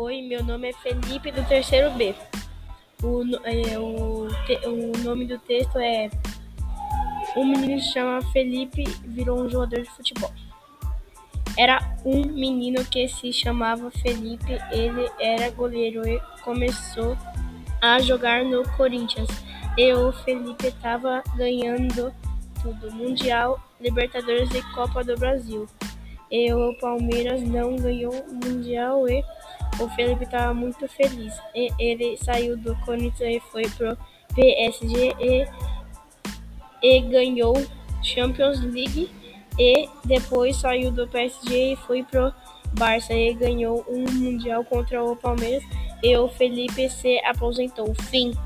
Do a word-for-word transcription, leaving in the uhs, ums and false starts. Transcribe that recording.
Oi, meu nome é Felipe do terceiro B. O, é, o, te, o nome do texto é: um menino se chama Felipe virou um jogador de futebol. Era um menino que se chamava Felipe, ele era goleiro e começou a jogar no Corinthians. E o Felipe estava ganhando tudo: Mundial, Libertadores e Copa do Brasil. E o Palmeiras não ganhou o Mundial e o Felipe estava muito feliz. E ele saiu do Corinthians e foi pro P S G e, e ganhou Champions League. E depois saiu do P S G e foi pro Barça e ganhou um Mundial contra o Palmeiras. E o Felipe se aposentou. Fim.